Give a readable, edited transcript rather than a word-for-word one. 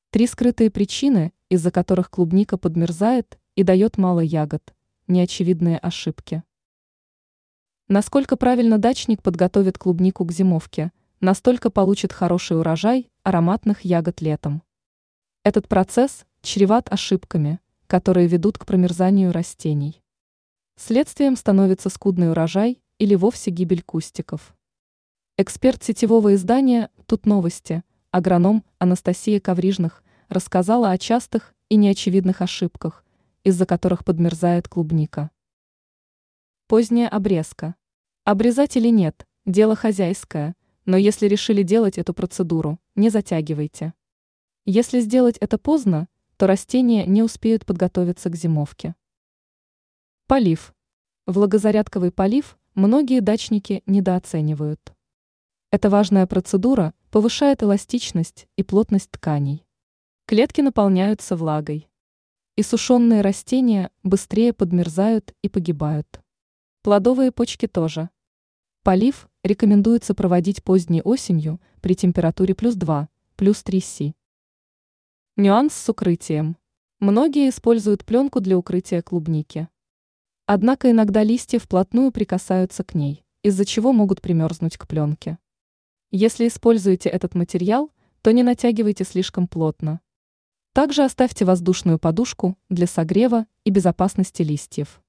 Три скрытые причины, из-за которых клубника подмерзает и дает мало ягод. Неочевидные ошибки. Насколько правильно дачник подготовит клубнику к зимовке, настолько получит хороший урожай ароматных ягод летом. Этот процесс чреват ошибками, которые ведут к промерзанию растений. Следствием становится скудный урожай или вовсе гибель кустиков. Эксперт сетевого издания «Тут новости», агроном Анастасия Коврижных, рассказала о частых и неочевидных ошибках, из-за которых подмерзает клубника. Поздняя обрезка. Обрезать или нет – дело хозяйское, но если решили делать эту процедуру, не затягивайте. Если сделать это поздно, то растения не успеют подготовиться к зимовке. Полив. Влагозарядковый полив многие дачники недооценивают. Эта важная процедура повышает эластичность и плотность тканей. Клетки наполняются влагой. И сушеные растения быстрее подмерзают и погибают. Плодовые почки тоже. Полив рекомендуется проводить поздней осенью при температуре +2, +3 С. Нюанс с укрытием. Многие используют пленку для укрытия клубники. Однако иногда листья вплотную прикасаются к ней, из-за чего могут примерзнуть к пленке. Если используете этот материал, то не натягивайте слишком плотно. Также оставьте воздушную подушку для согрева и безопасности листьев.